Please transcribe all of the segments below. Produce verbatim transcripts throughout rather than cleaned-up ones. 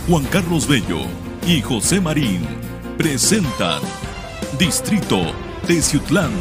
Juan Carlos Bello y José Marín presentan Distrito Teciutlán.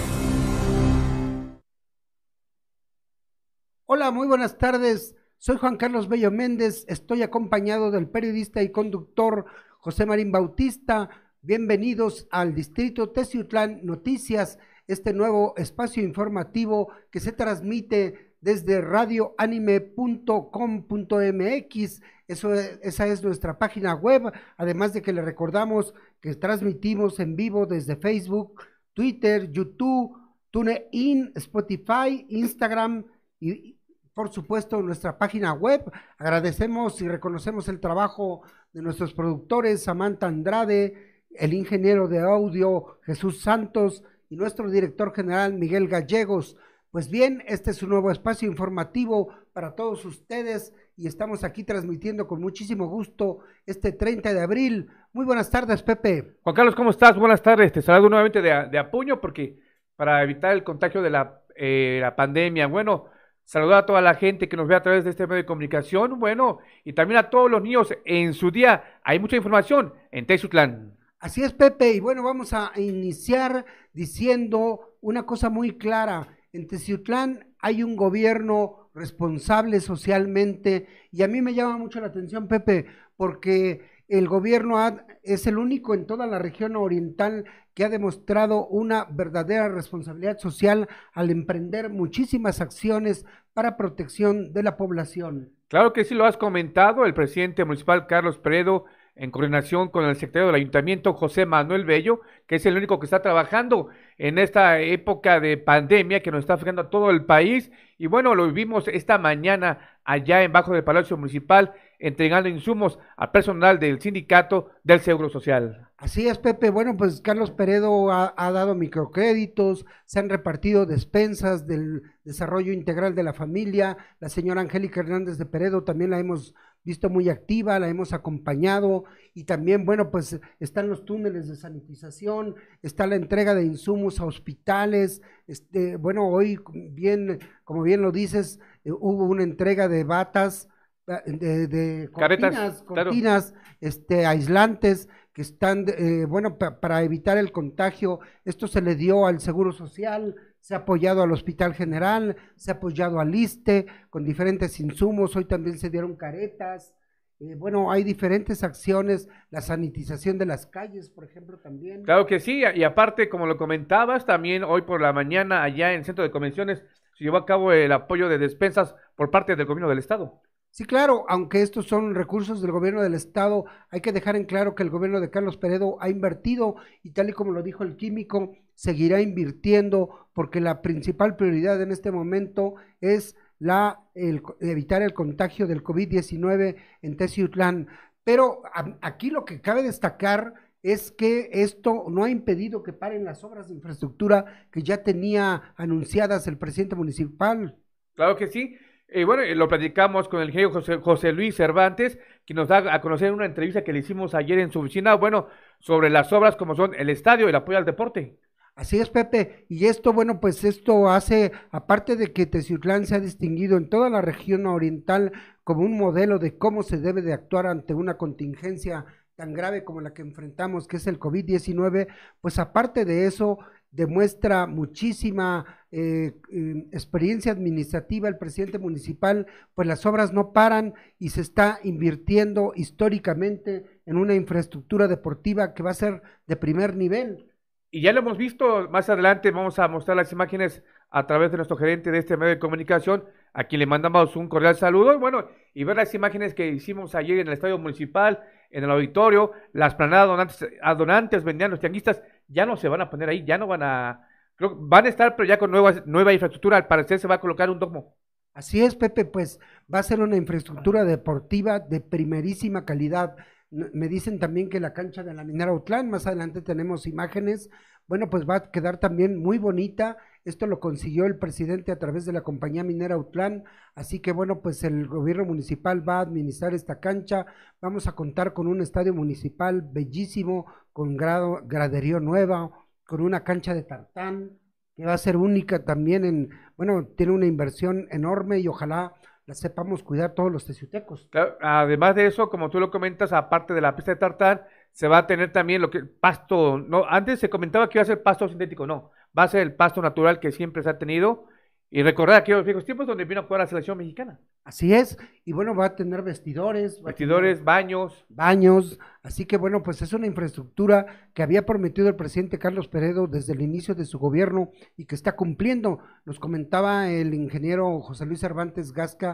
Hola, muy buenas tardes. Soy Juan Carlos Bello Méndez. Estoy acompañado del periodista y conductor José Marín Bautista. Bienvenidos al Distrito Teciutlán Noticias, este nuevo espacio informativo que se transmite desde radio anime punto com punto mx. Eso, esa es nuestra página web, además de que le recordamos que transmitimos en vivo desde Facebook, Twitter, YouTube, TuneIn, Spotify, Instagram y por supuesto nuestra página web. Agradecemos y reconocemos el trabajo de nuestros productores, Samantha Andrade, el ingeniero de audio Jesús Santos y nuestro director general Miguel Gallegos. Pues bien, este es un nuevo espacio informativo para todos ustedes y estamos aquí transmitiendo con muchísimo gusto este treinta de abril. Muy buenas tardes, Pepe. Juan Carlos, ¿cómo estás? Buenas tardes. Te saludo nuevamente de, de apuño porque para evitar el contagio de la, eh, la pandemia. Bueno, saludar a toda la gente que nos ve a través de este medio de comunicación. Bueno, y también a todos los niños en su día. Hay mucha información en Teciutlán. Así es, Pepe, y bueno, vamos a iniciar diciendo una cosa muy clara. En Teciutlán hay un gobierno responsable socialmente y a mí me llama mucho la atención, Pepe, porque el gobierno ha, es el único en toda la región oriental que ha demostrado una verdadera responsabilidad social al emprender muchísimas acciones para protección de la población. Claro que sí, lo has comentado, el presidente municipal Carlos Peredo, en coordinación con el secretario del Ayuntamiento, José Manuel Bello, que es el único que está trabajando en esta época de pandemia que nos está afectando a todo el país. Y bueno, lo vivimos esta mañana allá en bajo del Palacio Municipal, entregando insumos al personal del sindicato del Seguro Social. Así es, Pepe. Bueno, pues Carlos Peredo ha, ha dado microcréditos, se han repartido despensas del desarrollo integral de la familia. La señora Angélica Hernández de Peredo también la hemos visto muy activa, la hemos acompañado y también, bueno, pues están los túneles de sanitización, está la entrega de insumos a hospitales, este, bueno, hoy bien, como bien lo dices, eh, hubo una entrega de batas, de, de cortinas, Caretas, cortinas, claro. este, aislantes que están, eh, bueno, pa, para evitar el contagio. Esto se le dio al Seguro Social, se ha apoyado al Hospital General, se ha apoyado al ISSSTE con diferentes insumos, hoy también se dieron caretas, eh, bueno, hay diferentes acciones, la sanitización de las calles, por ejemplo, también. Claro que sí, y aparte, como lo comentabas, también hoy por la mañana allá en el Centro de Convenciones se llevó a cabo el apoyo de despensas por parte del gobierno del estado. Sí, claro, aunque estos son recursos del gobierno del estado, hay que dejar en claro que el gobierno de Carlos Peredo ha invertido y tal y como lo dijo el químico, seguirá invirtiendo porque la principal prioridad en este momento es la el, evitar el contagio del COVID diecinueve en Teciutlán. Pero a, aquí lo que cabe destacar es que esto no ha impedido que paren las obras de infraestructura que ya tenía anunciadas el presidente municipal. Claro que sí. Eh, bueno, lo platicamos con el ingeniero José, José Luis Cervantes, que nos da a conocer una entrevista que le hicimos ayer en su oficina, bueno, sobre las obras como son el estadio y el apoyo al deporte. Así es, Pepe, y esto, bueno, pues esto hace, aparte de que Teciutlán se ha distinguido en toda la región oriental como un modelo de cómo se debe de actuar ante una contingencia tan grave como la que enfrentamos, que es el COVID diecinueve, pues aparte de eso, demuestra muchísima eh, eh, experiencia administrativa el presidente municipal, pues las obras no paran y se está invirtiendo históricamente en una infraestructura deportiva que va a ser de primer nivel. Y ya lo hemos visto, más adelante vamos a mostrar las imágenes a través de nuestro gerente de este medio de comunicación, a quien le mandamos un cordial saludo, y bueno, y ver las imágenes que hicimos ayer en el estadio municipal, en el auditorio, las planadas donantes, a donantes, vendían los tianguistas, ya no se van a poner ahí, ya no van a, creo, van a estar, pero ya con nueva, nueva infraestructura, al parecer se va a colocar un domo. Así es, Pepe, pues va a ser una infraestructura deportiva de primerísima calidad. Me dicen también que la cancha de la Minera Autlán, más adelante tenemos imágenes, bueno, pues va a quedar también muy bonita. Esto lo consiguió el presidente a través de la compañía Minera Autlán, así que bueno, pues el gobierno municipal va a administrar esta cancha. Vamos a contar con un estadio municipal bellísimo, con grado, graderío nueva, con una cancha de tartán, que va a ser única también en, bueno, tiene una inversión enorme y ojalá la sepamos cuidar todos los teciutecos. Claro, además de eso, como tú lo comentas, aparte de la pista de tartán, se va a tener también lo que pasto, no, antes se comentaba que iba a ser pasto sintético, no, va a ser el pasto natural que siempre se ha tenido, y recordar aquellos viejos tiempos donde vino a jugar la selección mexicana. Así es, y bueno, va a tener vestidores, va Vestidores, a tener baños. baños, así que bueno, pues es una infraestructura que había prometido el presidente Carlos Peredo desde el inicio de su gobierno y que está cumpliendo. Nos comentaba el ingeniero José Luis Cervantes Gasca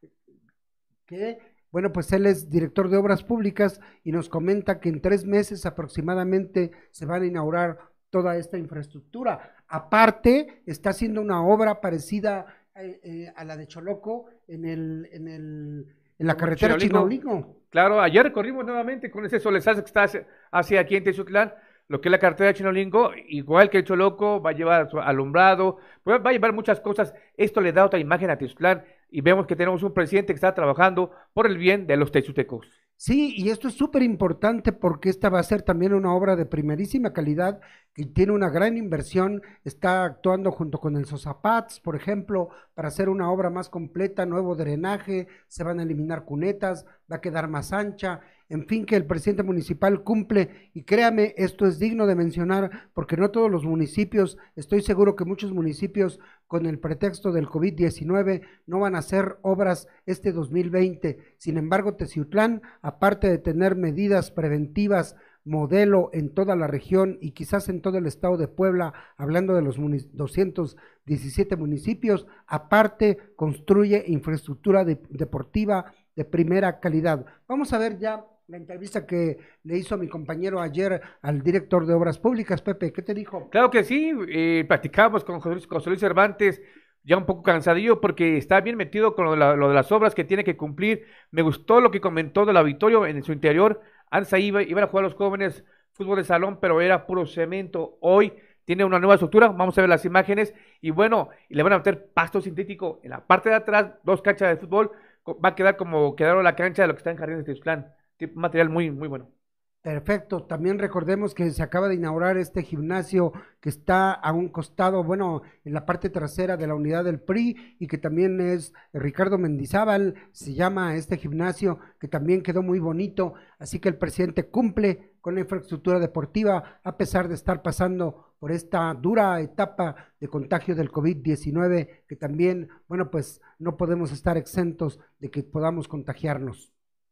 que, bueno, pues él es director de obras públicas y nos comenta que en tres meses aproximadamente se van a inaugurar toda esta infraestructura. Aparte, está haciendo una obra parecida eh, eh, a la de Choloco en el, en el, en la carretera Chinaulingo. Claro, ayer recorrimos nuevamente con ese solezazo que está hacia, hacia aquí en Tezutlán, lo que es la carretera Chinaulingo, igual que el Choloco, va a llevar alumbrado, pues va a llevar muchas cosas. Esto le da otra imagen a Tezutlán y vemos que tenemos un presidente que está trabajando por el bien de los tezutecos. Sí, y esto es súper importante porque esta va a ser también una obra de primerísima calidad que tiene una gran inversión, está actuando junto con el Sosapats, por ejemplo, para hacer una obra más completa, nuevo drenaje, se van a eliminar cunetas, va a quedar más ancha, en fin, que el presidente municipal cumple, y créame, esto es digno de mencionar, porque no todos los municipios, estoy seguro que muchos municipios con el pretexto del COVID diecinueve no van a hacer obras este dos mil veinte, sin embargo, Teciutlán, aparte de tener medidas preventivas, modelo en toda la región y quizás en todo el estado de Puebla, hablando de los doscientos diecisiete municipios, aparte construye infraestructura de, deportiva de primera calidad. Vamos a ver ya la entrevista que le hizo a mi compañero ayer al director de Obras Públicas. Pepe, ¿qué te dijo? Claro que sí, eh, platicamos con José, José Luis Cervantes, ya un poco cansadillo porque está bien metido con lo de, la, lo de las obras que tiene que cumplir. Me gustó lo que comentó del auditorio en su interior. Antes ahí iba, iban a jugar los jóvenes fútbol de salón, pero era puro cemento. Hoy tiene una nueva estructura, vamos a ver las imágenes, y bueno, y le van a meter pasto sintético en la parte de atrás, dos canchas de fútbol, va a quedar como quedaron la cancha de lo que está en Jardines de Tezutlán, un material muy, muy bueno. Perfecto, también recordemos que se acaba de inaugurar este gimnasio que está a un costado, bueno, en la parte trasera de la unidad del P R I y que también es Ricardo Mendizábal, se llama este gimnasio, que también quedó muy bonito, así que el presidente cumple con la infraestructura deportiva a pesar de estar pasando por esta dura etapa de contagio del COVID diecinueve, que también, bueno, pues no podemos estar exentos de que podamos contagiarnos.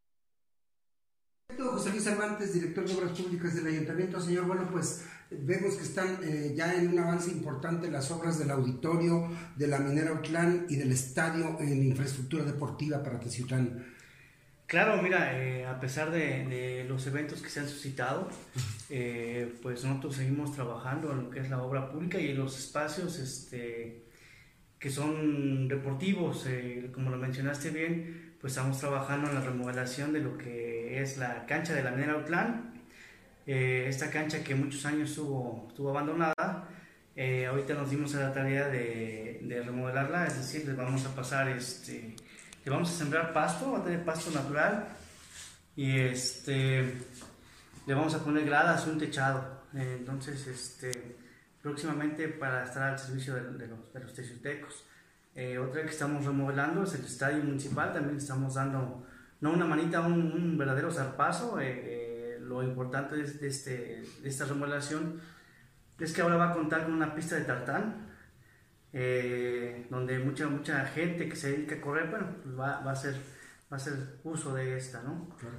José Luis Cervantes, director de Obras Públicas del Ayuntamiento. Señor, bueno, pues vemos que están eh, ya en un avance importante las obras del auditorio, de la Minera Utlán y del estadio en infraestructura deportiva para Teciutlán. Claro, mira, eh, a pesar de, de los eventos que se han suscitado, eh, pues nosotros seguimos trabajando en lo que es la obra pública y en los espacios este, que son deportivos, eh, como lo mencionaste bien, pues estamos trabajando en la remodelación de lo que es la cancha de la Minera Utlán, eh, esta cancha que muchos años estuvo, estuvo abandonada, eh, ahorita nos dimos a la tarea de, de remodelarla, es decir, les vamos a pasar, este, le vamos a sembrar pasto, va a tener pasto natural, y este, le vamos a poner gradas y un techado, eh, entonces este, próximamente para estar al servicio de, de los, de los teciutecos. Eh, otra que estamos remodelando es el estadio municipal, también estamos dando, no una manita, un, un verdadero zarpazo. Eh, eh, lo importante de, de, este, de esta remodelación es que ahora va a contar con una pista de tartán, eh, donde mucha, mucha gente que se dedica a correr, bueno, pues va, va, a hacer, va a hacer uso de esta, ¿no? Claro.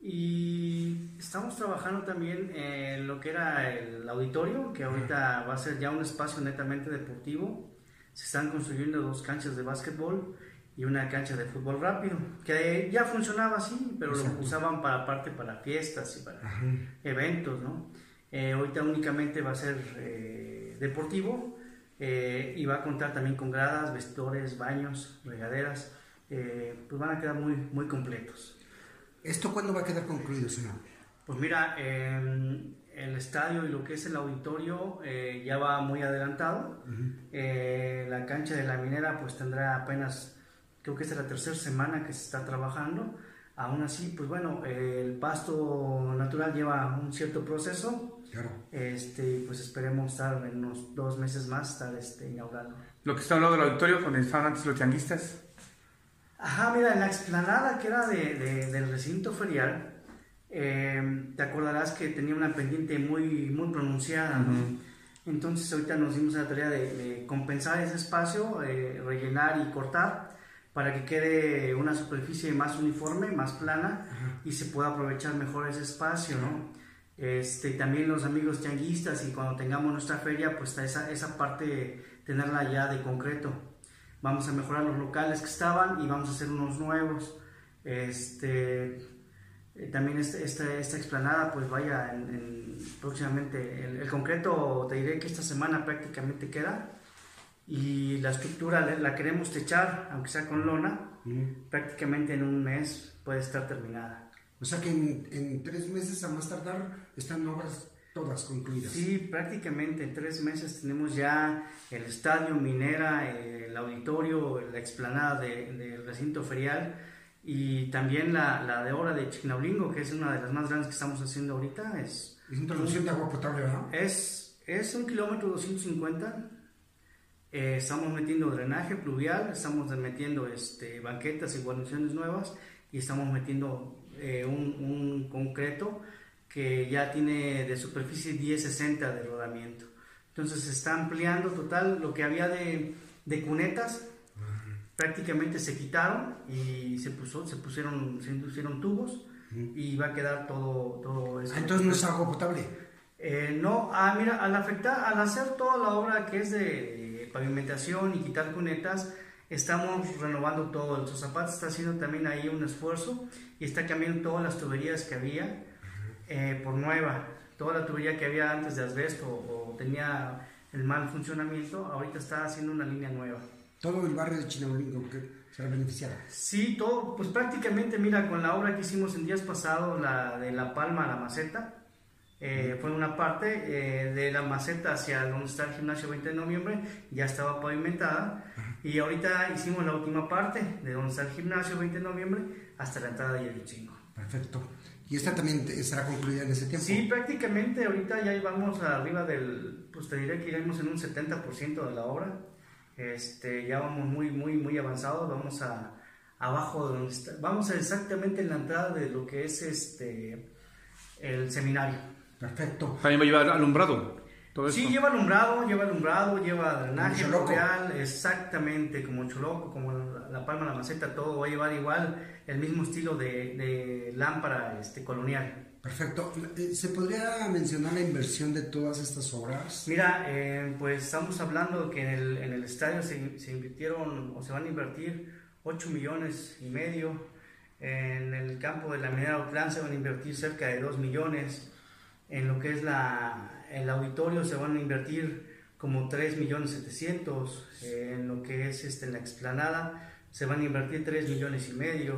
Y estamos trabajando también en lo que era el auditorio, que ahorita va a ser ya un espacio netamente deportivo. Se están construyendo dos canchas de básquetbol y una cancha de fútbol rápido, que ya funcionaba así, pero Exacto. lo usaban para parte para fiestas y para Ajá. eventos, ¿no? Eh, ahorita únicamente va a ser eh, deportivo eh, y va a contar también con gradas, vestidores, baños, regaderas, eh, pues van a quedar muy, muy completos. ¿Esto cuándo va a quedar concluido, señor? Pues mira, eh, el estadio y lo que es el auditorio eh, ya va muy adelantado. Uh-huh. eh, la cancha de la Minera pues tendrá apenas, creo que es la tercera semana que se está trabajando. Aún así, pues bueno, eh, el pasto natural lleva un cierto proceso. Claro. Este, pues esperemos estar en unos dos meses más, estar este, inaugurando. Lo que está hablando del auditorio, donde estaban antes los tianguistas. Ajá, mira, en la explanada que era de, de- del recinto ferial, eh, te acordarás que tenía una pendiente muy, muy pronunciada, ¿no? Ujú. Entonces ahorita nos dimos la tarea de, de compensar ese espacio, eh, rellenar y cortar para que quede una superficie más uniforme, más plana y se pueda aprovechar mejor ese espacio, ¿no? Este, también los amigos tianguistas y cuando tengamos nuestra feria, pues esa, esa parte tenerla ya de concreto. Vamos a mejorar los locales que estaban y vamos a hacer unos nuevos. Este, eh, también este, esta, esta explanada pues vaya en, en próximamente. El, el concreto te diré que esta semana prácticamente queda y la estructura la, la queremos techar, aunque sea con lona, Mm. prácticamente en un mes puede estar terminada. O sea que en, en tres meses a más tardar están obras todas concluidas. Sí, prácticamente en tres meses tenemos ya el estadio Minera, el auditorio, la explanada de- del recinto ferial y también la, la de obra de Chicnaulingo, que es una de las más grandes que estamos haciendo ahorita. Es, Es introducción de agua potable, ¿verdad? es, es un kilómetro doscientos cincuenta. Eh, estamos metiendo drenaje pluvial, estamos metiendo este, banquetas y guarniciones nuevas y estamos metiendo eh, un, un concreto que ya tiene de superficie diez sesenta de rodamiento. Entonces se está ampliando total lo que había de, de cunetas, prácticamente se quitaron y se, puso, se, pusieron, se pusieron tubos y va a quedar todo, todo eso. Ah, entonces no es agua potable. Eh, no, ah, mira, al afectar, al hacer toda la obra que es de pavimentación y quitar cunetas, estamos renovando todo. El Zapata está haciendo también ahí un esfuerzo y está cambiando todas las tuberías que había eh, por nueva. Toda la tubería que había antes de asbesto o tenía el mal funcionamiento, ahorita está haciendo una línea nueva. Todo el barrio de Chinaulingo que será beneficiado. Sí, todo, pues prácticamente, mira, con la obra que hicimos en días pasados, la de La Palma a La Maceta, eh, fue una parte eh, de La Maceta hacia donde está el gimnasio veinte de noviembre, ya estaba pavimentada, y ahorita hicimos la última parte, de donde está el gimnasio veinte de noviembre, hasta la entrada de Yelutzingo. Perfecto. ¿Y esta también te- estará concluida en ese tiempo? Sí, prácticamente ahorita ya vamos arriba del, pues te diré que iremos en un setenta por ciento de la obra. Este, ya vamos muy, muy, muy avanzados, vamos a abajo de donde está, vamos a exactamente en la entrada de lo que es este, el seminario. Perfecto. También va a llevar alumbrado. Todo Sí, esto. lleva alumbrado, lleva alumbrado, lleva drenaje Como Choloco. pluvial, exactamente, como Choloco, como la, la Palma, La Maceta, todo va a llevar igual el mismo estilo de, de lámpara este, colonial. Perfecto. Eh, ¿Se podría mencionar la inversión de todas estas obras? Mira, eh, pues estamos hablando que en el, en el estadio se, se invirtieron o se van a invertir ocho millones y medio. En el campo de la minera Autlán se van a invertir cerca de dos millones. En lo que es la, el auditorio se van a invertir como tres millones setecientos. En lo que es este, la explanada se van a invertir tres millones y medio.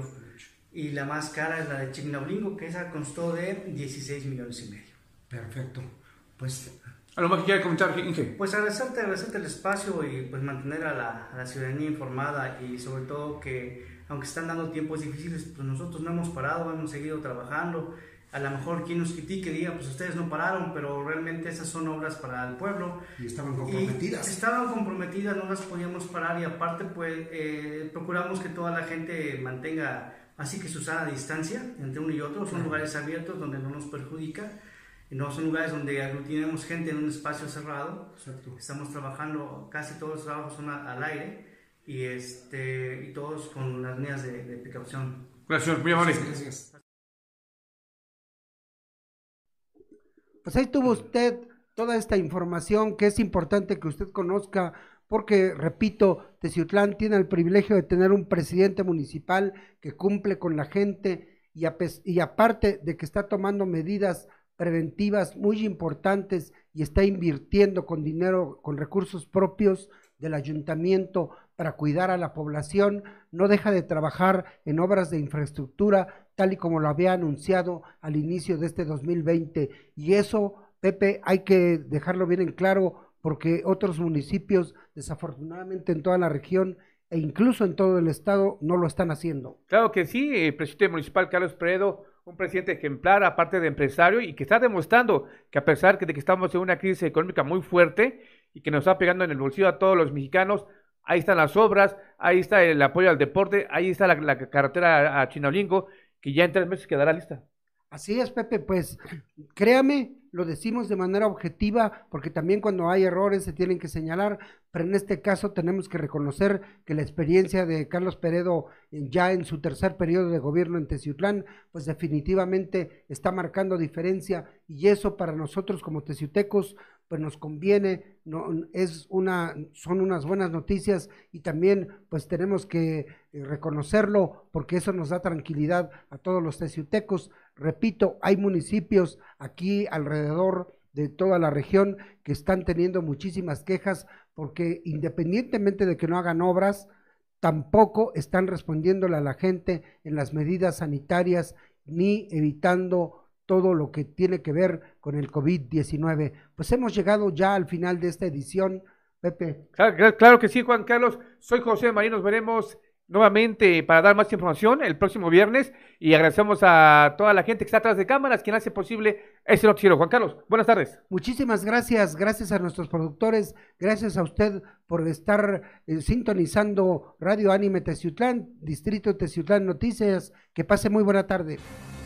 Y la más cara es la de Chicnaulingo, que esa constó de dieciséis millones y medio. Perfecto. Pues ¿Algo más que quiera comentar, Inge? Pues agradecerte, agradecerte el espacio y pues mantener a la, a la ciudadanía informada y sobre todo que aunque están dando tiempos difíciles, pues nosotros no hemos parado, hemos seguido trabajando. A lo mejor quien nos critique diga, pues ustedes no pararon, pero realmente esas son obras para el pueblo. y estaban Y comprometidas. estaban comprometidas, no las podíamos parar y aparte pues eh, procuramos que toda la gente mantenga así que su sana distancia entre uno y otro. Son lugares abiertos donde no nos perjudica. No son lugares donde aglutinemos gente en un espacio cerrado. Exacto. Estamos trabajando, casi todos los trabajos son a- al aire y, este, y todos con las medidas de, de precaución. Gracias, muy amable. Gracias. Pues ahí tuvo usted toda esta información que es importante que usted conozca, porque, repito, Teciutlán tiene el privilegio de tener un presidente municipal que cumple con la gente y, a pes- y aparte de que está tomando medidas preventivas muy importantes y está invirtiendo con dinero, con recursos propios del ayuntamiento para cuidar a la población, no deja de trabajar en obras de infraestructura, tal y como lo había anunciado al inicio de este dos mil veinte. Y eso, Pepe, hay que dejarlo bien en claro, porque otros municipios, desafortunadamente en toda la región e incluso en todo el estado, no lo están haciendo. Claro que sí, el presidente municipal Carlos Peredo, un presidente ejemplar, aparte de empresario, y que está demostrando que a pesar de que estamos en una crisis económica muy fuerte y que nos está pegando en el bolsillo a todos los mexicanos, ahí están las obras, ahí está el apoyo al deporte, ahí está la, la carretera a Chinaulingo, que ya en tres meses quedará lista. Así es, Pepe, pues créame, lo decimos de manera objetiva, porque también cuando hay errores se tienen que señalar, pero en este caso tenemos que reconocer que la experiencia de Carlos Peredo ya en su tercer periodo de gobierno en Teciutlán, pues definitivamente está marcando diferencia, y eso para nosotros como teciutecos, pues nos conviene, no, es una, son unas buenas noticias, y también pues tenemos que reconocerlo, porque eso nos da tranquilidad a todos los teciutecos. Repito, hay municipios aquí alrededor de toda la región que están teniendo muchísimas quejas porque independientemente de que no hagan obras, tampoco están respondiéndole a la gente en las medidas sanitarias ni evitando todo lo que tiene que ver con el COVID diecinueve. Pues hemos llegado ya al final de esta edición, Pepe. Claro, claro que sí, Juan Carlos. Soy José Marín, nos veremos nuevamente para dar más información el próximo viernes, y agradecemos a toda la gente que está atrás de cámaras, quien hace posible este noticiero. Juan Carlos, buenas tardes. Muchísimas gracias, gracias a nuestros productores, gracias a usted por estar eh, sintonizando Radio Anime Teciutlán, Distrito Teciutlán Noticias. Que pase muy buena tarde.